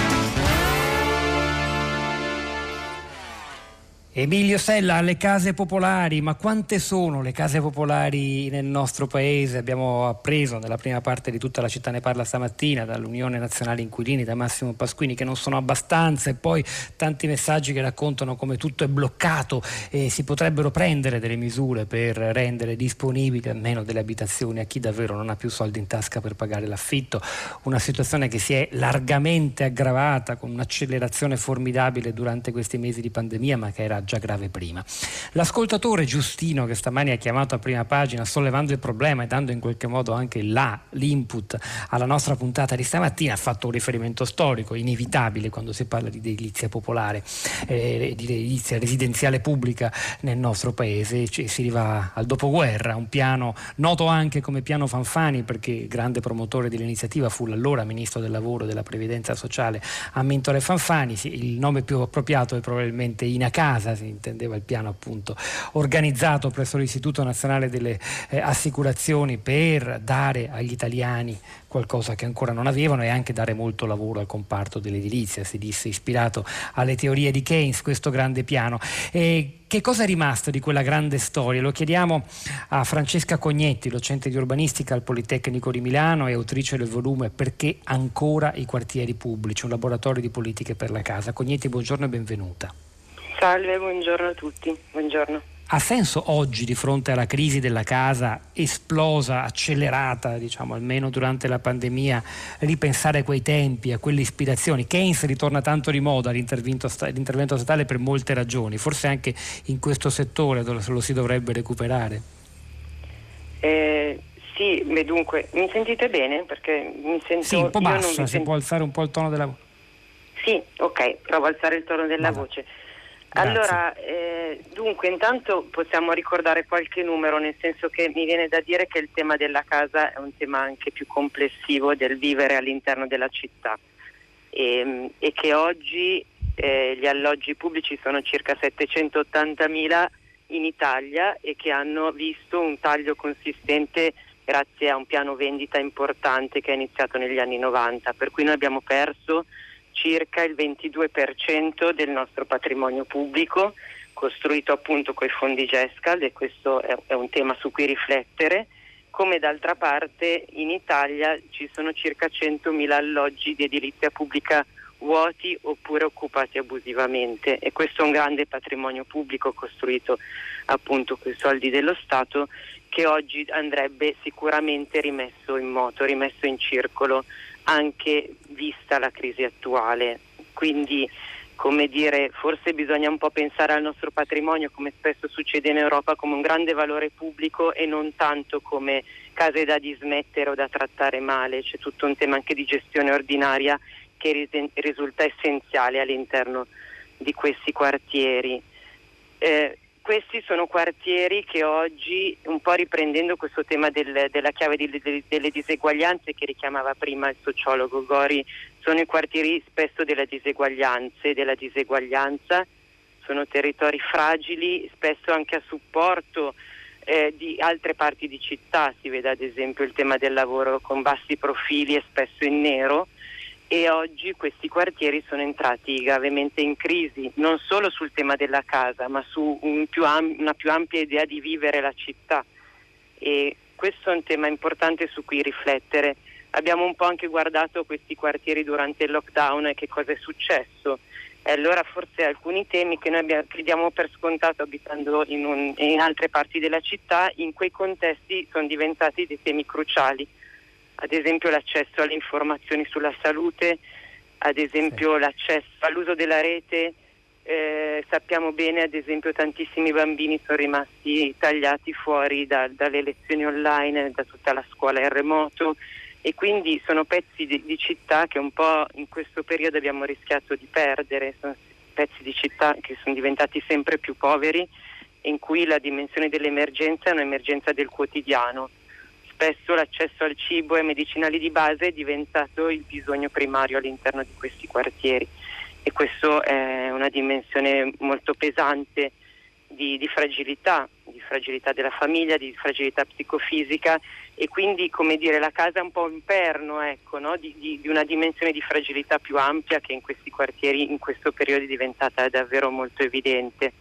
C: Emilio Sella, alle case popolari, ma quante sono le case popolari nel nostro paese? Abbiamo appreso nella prima parte di Tutta la città ne parla stamattina dall'Unione Nazionale Inquilini, da Massimo Pasquini, che non sono abbastanza, e poi tanti messaggi che raccontano come tutto è bloccato e si potrebbero prendere delle misure per rendere disponibili almeno delle abitazioni a chi davvero non ha più soldi in tasca per pagare l'affitto. Una situazione che si è largamente aggravata con un'accelerazione formidabile durante questi mesi di pandemia, ma che era già grave prima. L'ascoltatore Giustino, che stamani ha chiamato a Prima Pagina sollevando il problema e dando in qualche modo anche l'input alla nostra puntata di stamattina, ha fatto un riferimento storico inevitabile quando si parla di edilizia popolare, di edilizia residenziale pubblica nel nostro paese. Si arriva al dopoguerra, un piano noto anche come piano Fanfani, perché grande promotore dell'iniziativa fu l'allora ministro del lavoro e della previdenza sociale Amintore Fanfani. Il nome più appropriato è probabilmente Ina Casa, si intendeva il piano appunto organizzato presso l'Istituto Nazionale delle Assicurazioni per dare agli italiani qualcosa che ancora non avevano e anche dare molto lavoro al comparto dell'edilizia, si disse, ispirato alle teorie di Keynes, questo grande piano. Che cosa è rimasto di quella grande storia? Lo chiediamo a Francesca Cognetti, docente di urbanistica al Politecnico di Milano e autrice del volume Perché ancora i quartieri pubblici, un laboratorio di politiche per la casa. Cognetti, buongiorno e benvenuta.
I: Salve, buongiorno a tutti, buongiorno.
C: Ha senso oggi, di fronte alla crisi della casa esplosa, accelerata, diciamo almeno durante la pandemia, ripensare a quei tempi, a quelle ispirazioni? Keynes ritorna tanto di moda l'intervento statale per molte ragioni, forse anche in questo settore lo si dovrebbe recuperare.
I: Sì, dunque, mi sentite bene? Perché mi sento...
C: Sì, un po' bassa, si può alzare un po' il tono della voce.
I: Sì, ok, provo a alzare il tono della voce.
C: Grazie.
I: Allora, dunque, intanto possiamo ricordare qualche numero, nel senso che mi viene da dire che il tema della casa è un tema anche più complessivo del vivere all'interno della città e che oggi gli alloggi pubblici sono circa 780.000 in Italia e che hanno visto un taglio consistente grazie a un piano vendita importante che è iniziato negli anni 90, per cui noi abbiamo perso circa il 22% del nostro patrimonio pubblico costruito appunto coi fondi GESCAL, e questo è un tema su cui riflettere, come d'altra parte in Italia ci sono circa 100.000 alloggi di edilizia pubblica vuoti oppure occupati abusivamente, e questo è un grande patrimonio pubblico costruito appunto con i soldi dello Stato, che oggi andrebbe sicuramente rimesso in moto, rimesso in circolo, anche vista la crisi attuale. Quindi, come dire, forse bisogna un po' pensare al nostro patrimonio, come spesso succede in Europa, come un grande valore pubblico e non tanto come case da dismettere o da trattare male. C'è tutto un tema anche di gestione ordinaria che risulta essenziale all'interno di questi quartieri. Questi sono quartieri che oggi, un po' riprendendo questo tema della chiave delle diseguaglianze che richiamava prima il sociologo Gori, sono i quartieri spesso della diseguaglianza, sono territori fragili, spesso anche a supporto di altre parti di città. Si vede ad esempio il tema del lavoro con bassi profili e spesso in nero, e oggi questi quartieri sono entrati gravemente in crisi, non solo sul tema della casa, ma su una più ampia idea di vivere la città. E questo è un tema importante su cui riflettere. Abbiamo un po' anche guardato questi quartieri durante il lockdown e che cosa è successo. E allora forse alcuni temi che noi diamo per scontato abitando in altre parti della città, in quei contesti sono diventati dei temi cruciali. Ad esempio l'accesso alle informazioni sulla salute, ad esempio l'accesso all'uso della rete. Sappiamo bene, ad esempio, tantissimi bambini sono rimasti tagliati fuori dalle lezioni online, da tutta la scuola in remoto, e quindi sono pezzi di città che un po' in questo periodo abbiamo rischiato di perdere. Sono pezzi di città che sono diventati sempre più poveri, in cui la dimensione dell'emergenza è un'emergenza del quotidiano. Spesso l'accesso al cibo e medicinali di base è diventato il bisogno primario all'interno di questi quartieri, e questo è una dimensione molto pesante di fragilità della famiglia, di fragilità psicofisica, e quindi, come dire, la casa è un po' un perno, ecco, no? di una dimensione di fragilità più ampia che in questi quartieri in questo periodo è diventata davvero molto evidente.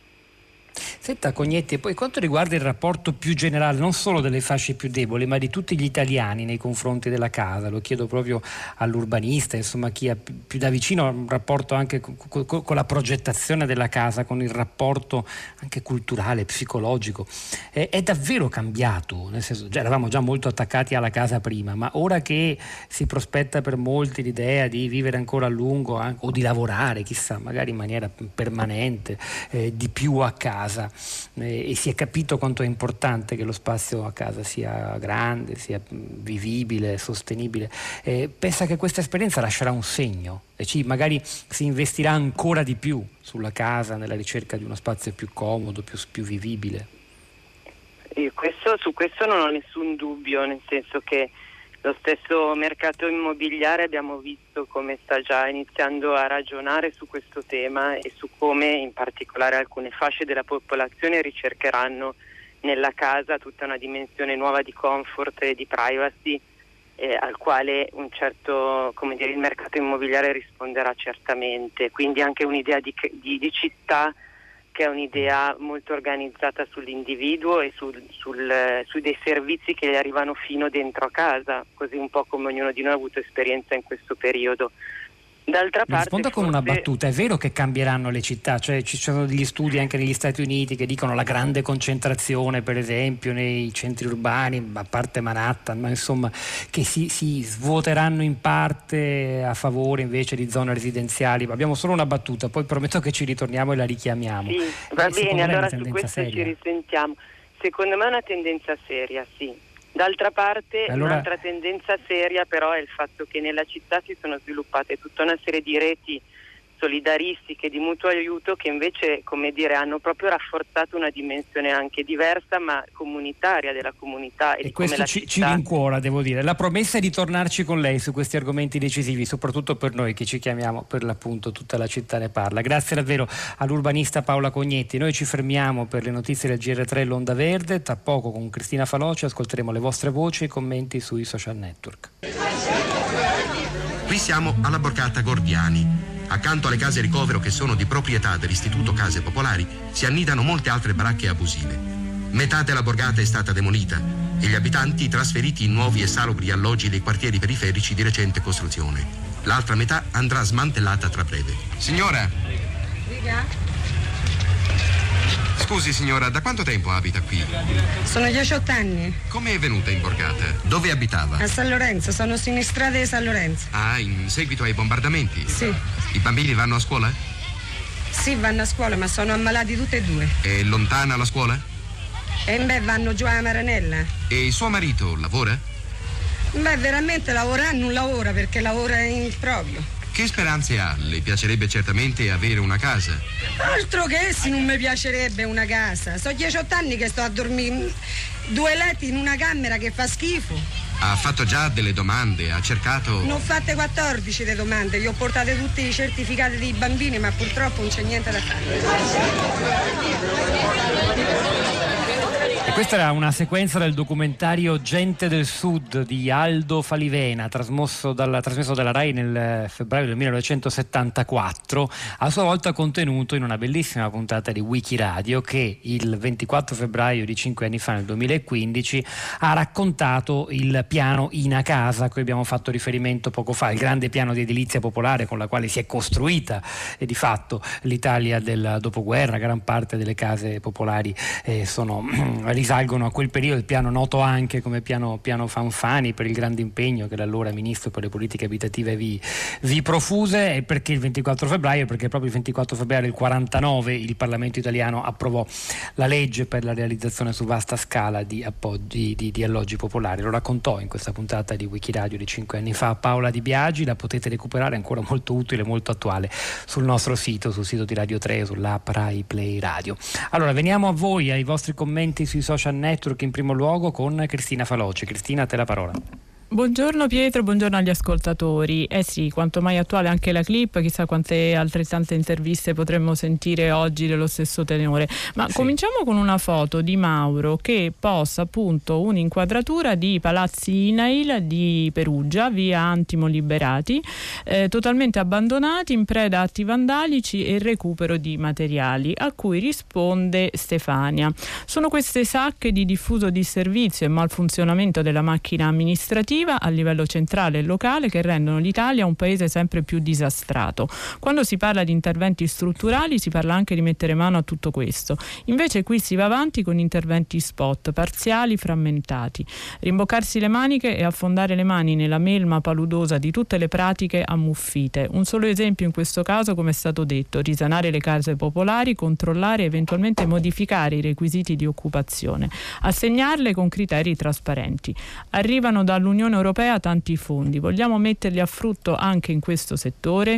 C: Senta Cognetti, e poi quanto riguarda il rapporto più generale, non solo delle fasce più deboli, ma di tutti gli italiani nei confronti della casa, lo chiedo proprio all'urbanista, insomma chi ha più da vicino un rapporto anche con la progettazione della casa, con il rapporto anche culturale, psicologico, è davvero cambiato, nel senso, eravamo già molto attaccati alla casa prima, ma ora che si prospetta per molti l'idea di vivere ancora a lungo o di lavorare, chissà, magari in maniera permanente, di più a casa, e si è capito quanto è importante che lo spazio a casa sia grande, sia vivibile, sostenibile. Pensa che questa esperienza lascerà un segno e magari si investirà ancora di più sulla casa, nella ricerca di uno spazio più comodo, più vivibile?
I: Su questo non ho nessun dubbio, nel senso che lo stesso mercato immobiliare abbiamo visto come sta già iniziando a ragionare su questo tema e su come in particolare alcune fasce della popolazione ricercheranno nella casa tutta una dimensione nuova di comfort e di privacy, al quale un certo, come dire, il mercato immobiliare risponderà certamente. Quindi anche un'idea di città che è un'idea molto organizzata sull'individuo e su dei servizi che gli arrivano fino dentro a casa, così un po' come ognuno di noi ha avuto esperienza in questo periodo. D'altra parte,
C: risponda con una battuta: è vero che cambieranno le città, cioè ci sono degli studi anche negli Stati Uniti che dicono la grande concentrazione per esempio nei centri urbani, a parte Manhattan, ma insomma che si svuoteranno in parte a favore invece di zone residenziali. Abbiamo solo una battuta, poi prometto che ci ritorniamo e la richiamiamo.
I: Sì, va bene, allora su questo ci risentiamo. Secondo me è una tendenza seria, sì. D'altra parte, un'altra tendenza seria però è il fatto che nella città si sono sviluppate tutta una serie di reti solidaristiche di mutuo aiuto che invece, come dire, hanno proprio rafforzato una dimensione anche diversa ma comunitaria della comunità. E
C: questo ci rincuora, devo dire. La promessa è di tornarci con lei su questi argomenti decisivi, soprattutto per noi che ci chiamiamo per l'appunto Tutta la città ne parla. Grazie davvero all'urbanista Paola Cognetti. Noi ci fermiamo per le notizie del GR3 l'Onda Verde. Tra poco con Cristina Faloci ascolteremo le vostre voci e i commenti sui social network.
J: Qui siamo alla Borgata Gordiani. Accanto alle case ricovero che sono di proprietà dell'Istituto Case Popolari si annidano molte altre baracche abusive. Metà della borgata è stata demolita e gli abitanti trasferiti in nuovi e salubri alloggi dei quartieri periferici di recente costruzione. L'altra metà andrà smantellata tra breve. Signora! Scusi signora, da quanto tempo abita qui?
K: Sono 18 anni.
J: Come è venuta in borgata? Dove abitava?
K: A San Lorenzo, sono sinistrata di San Lorenzo.
J: Ah, in seguito ai bombardamenti?
K: Sì.
J: I bambini vanno a scuola?
K: Sì, vanno a scuola, ma sono ammalati tutti e due.
J: È lontana la scuola?
K: Vanno giù a Maranella.
J: E il suo marito lavora?
K: Veramente lavorare non lavora perché lavora in proprio.
J: Che speranze ha? Le piacerebbe certamente avere una casa?
K: Altro che se non mi piacerebbe una casa. Sono 18 anni che sto a dormire 2 letti in una camera che fa schifo.
J: Ha fatto già delle domande? Ha cercato?
K: Ne ho fatte 14 le domande. Gli ho portate tutti i certificati dei bambini, ma purtroppo non c'è niente da fare.
C: E questa era una sequenza del documentario Gente del Sud di Aldo Falivena, trasmesso dalla RAI nel febbraio del 1974, a sua volta contenuto in una bellissima puntata di Wikiradio che il 24 febbraio di 5 anni fa, nel 2015, ha raccontato il piano Ina Casa a cui abbiamo fatto riferimento poco fa, il grande piano di edilizia popolare con la quale si è costruita di fatto l'Italia del dopoguerra. Gran parte delle case popolari risalgono a quel periodo, il piano noto anche come piano Fanfani, per il grande impegno che l'allora ministro per le politiche abitative vi profuse. E perché il 24 febbraio? Perché proprio il 24 febbraio del 49 il Parlamento italiano approvò la legge per la realizzazione su vasta scala di alloggi popolari. Lo raccontò in questa puntata di Wikiradio di 5 anni fa Paola Di Biagi. La potete recuperare, ancora molto utile, molto attuale, sul nostro sito, sul sito di Radio 3, sull'app Rai Play Radio. Allora, veniamo a voi, ai vostri commenti sui social network, in primo luogo con Cristina Faloci. Cristina, a te la parola.
L: Buongiorno Pietro, buongiorno agli ascoltatori. Sì, quanto mai attuale anche la clip, chissà quante altrettante interviste potremmo sentire oggi dello stesso tenore. Ma sì, cominciamo con una foto di Mauro che posta appunto un'inquadratura di Palazzi Inail di Perugia, via Antimo Liberati, totalmente abbandonati, in preda a atti vandalici e recupero di materiali, a cui risponde Stefania. Sono queste sacche di diffuso disservizio e malfunzionamento della macchina amministrativa a livello centrale e locale che rendono l'Italia un paese sempre più disastrato. Quando si parla di interventi strutturali si parla anche di mettere mano a tutto questo. Invece qui si va avanti con interventi spot, parziali, frammentati. Rimboccarsi le maniche e affondare le mani nella melma paludosa di tutte le pratiche ammuffite. Un solo esempio in questo caso, come è stato detto: risanare le case popolari, controllare e eventualmente modificare i requisiti di occupazione, assegnarle con criteri trasparenti. Arrivano dall'Unione Europea tanti fondi, vogliamo metterli a frutto anche in questo settore?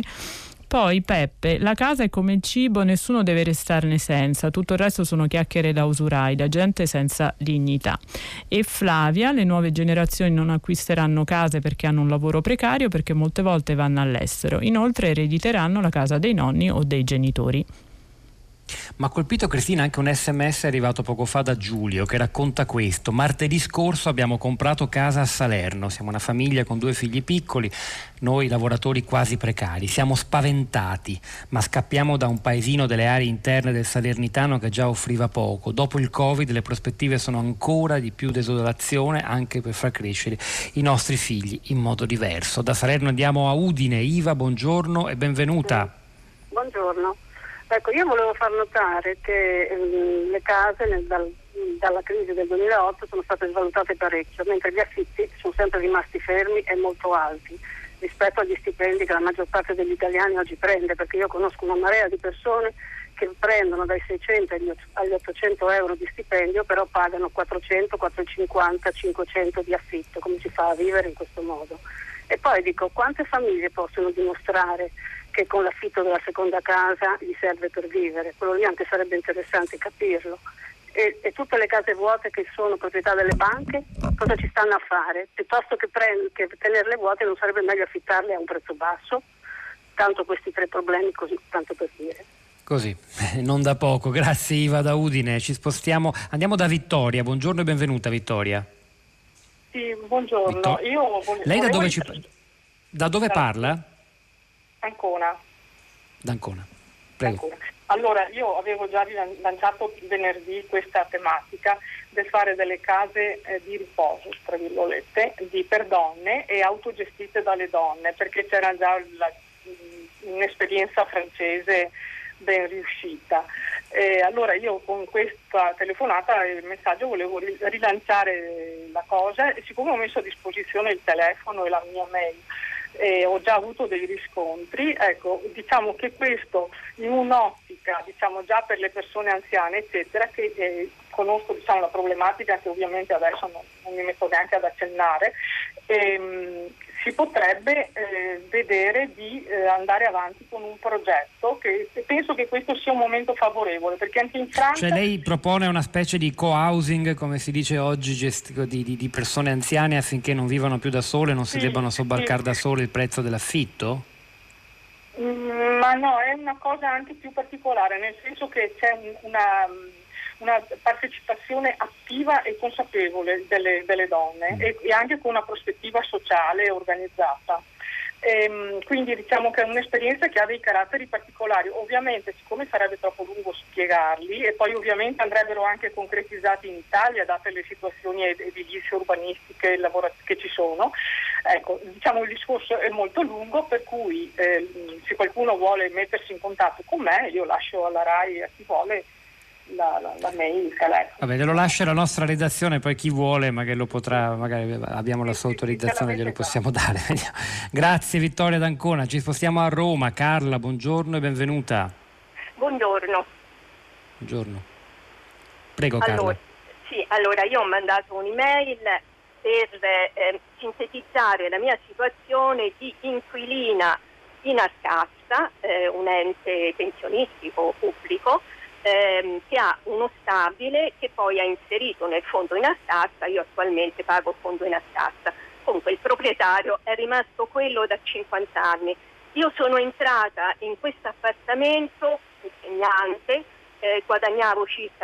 L: Poi Peppe, la casa è come il cibo, nessuno deve restarne senza, tutto il resto sono chiacchiere da usurai, da gente senza dignità. E Flavia, le nuove generazioni non acquisteranno case perché hanno un lavoro precario, perché molte volte vanno all'estero, inoltre erediteranno la casa dei nonni o dei genitori.
C: Ma ha colpito, Cristina, anche un SMS arrivato poco fa da Giulio che racconta questo: martedì scorso abbiamo comprato casa a Salerno, siamo una famiglia con 2 figli piccoli, noi lavoratori quasi precari, siamo spaventati, ma scappiamo da un paesino delle aree interne del Salernitano che già offriva poco. Dopo il Covid le prospettive sono ancora di più desolazione, anche per far crescere i nostri figli in modo diverso. Da Salerno andiamo a Udine. Iva, buongiorno e benvenuta.
M: Buongiorno. Ecco, io volevo far notare che le case dalla crisi del 2008 sono state svalutate parecchio, mentre gli affitti sono sempre rimasti fermi e molto alti rispetto agli stipendi che la maggior parte degli italiani oggi prende, perché io conosco una marea di persone che prendono dai 600 agli 800 euro di stipendio, però pagano 400, 450, 500 di affitto. Come si fa a vivere in questo modo? E poi dico, quante famiglie possono dimostrare che con l'affitto della seconda casa gli serve per vivere? Quello lì anche sarebbe interessante capirlo. E tutte le case vuote che sono proprietà delle banche, cosa ci stanno a fare? Piuttosto che tenerle vuote, non sarebbe meglio affittarle a un prezzo basso? Tanto questi 3 problemi, così, tanto per dire.
C: Così, non da poco. Grazie Iva da Udine. Ci spostiamo, andiamo da Vittoria. Buongiorno e benvenuta Vittoria.
N: Sì, buongiorno.
C: Lei da dove parla?
N: Ancona.
C: D'Ancona. Prego.
N: Ancona. Allora, io avevo già lanciato venerdì questa tematica del fare delle case di riposo, tra virgolette, per donne e autogestite dalle donne, perché c'era già un'esperienza francese ben riuscita. Allora io con questa telefonata e il messaggio volevo rilanciare la cosa, e siccome ho messo a disposizione il telefono e la mia mail, ho già avuto dei riscontri, ecco, diciamo che questo in un'ottica, diciamo, già per le persone anziane eccetera, che conosco, diciamo, la problematica, che ovviamente adesso non mi metto neanche ad accennare, si potrebbe vedere di andare avanti con un progetto, che penso che questo sia un momento favorevole, perché anche in Francia...
C: Cioè lei propone una specie di co-housing, come si dice oggi, di persone anziane, affinché non vivano più da sole, non si debbano sobbarcare da sole il prezzo dell'affitto?
N: Ma no, è una cosa anche più particolare, nel senso che c'è una partecipazione attiva e consapevole delle donne e anche con una prospettiva sociale organizzata. Quindi diciamo che è un'esperienza che ha dei caratteri particolari. Ovviamente, siccome sarebbe troppo lungo spiegarli, e poi ovviamente andrebbero anche concretizzati in Italia, date le situazioni edilizie, urbanistiche che ci sono, ecco, diciamo il discorso è molto lungo, per cui se qualcuno vuole mettersi in contatto con me, io lascio alla RAI, a chi vuole, la mail, il telefono.
C: Vabbè, glielo lascia la nostra redazione, poi chi vuole magari lo potrà, magari abbiamo la sua autorizzazione, glielo possiamo dare. Grazie Vittoria d'Ancona. Ci spostiamo a Roma. Carla, buongiorno e benvenuta.
O: Buongiorno.
C: Buongiorno. Prego Carla.
O: Allora io ho mandato un'email per sintetizzare la mia situazione di inquilina in Ascassa, un ente pensionistico pubblico, che ha uno stabile che poi ha inserito nel fondo in Ascassa. Io attualmente pago fondo in Ascassa. Comunque il proprietario è rimasto quello da 50 anni. Io sono entrata in questo appartamento insegnante, guadagnavo circa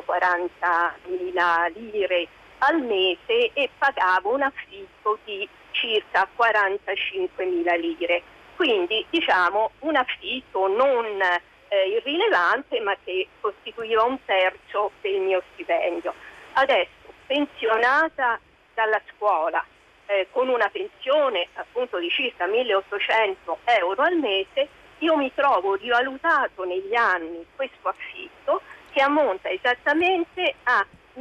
O: 140.000 lire al mese e pagavo un affitto di circa 45.000 lire. Quindi diciamo un affitto non irrilevante, ma che costituiva un terzo del mio stipendio. Adesso, pensionata dalla scuola, con una pensione appunto di circa 1.800 euro al mese, io mi trovo rivalutato negli anni questo affitto, che ammonta esattamente a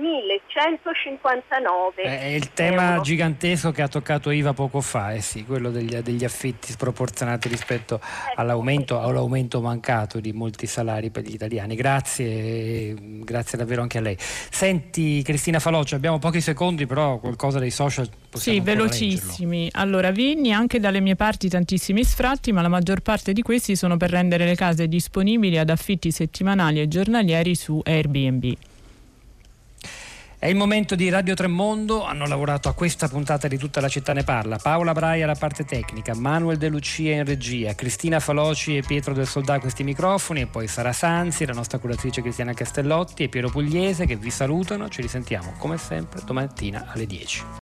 O: 1.159
C: è il tema
O: euro.
C: gigantesco che ha toccato Iva poco fa, sì, quello degli affitti sproporzionati rispetto all'aumento mancato di molti salari per gli italiani. Grazie davvero anche a lei. Senti Cristina Faloci, abbiamo pochi secondi, però qualcosa dei social possiamo
L: velocissimi. Leggerlo. Allora, Vigni, anche dalle mie parti tantissimi sfratti, ma la maggior parte di questi sono per rendere le case disponibili ad affitti settimanali e giornalieri su Airbnb.
C: È il momento di Radio Tremondo. Hanno lavorato a questa puntata di Tutta la città ne parla Paola Braia alla parte tecnica, Manuel De Lucia in regia, Cristina Faloci e Pietro del Soldà a questi microfoni, e poi Sara Sanzi, la nostra curatrice Cristiana Castellotti e Piero Pugliese che vi salutano. Ci risentiamo come sempre domattina alle 10.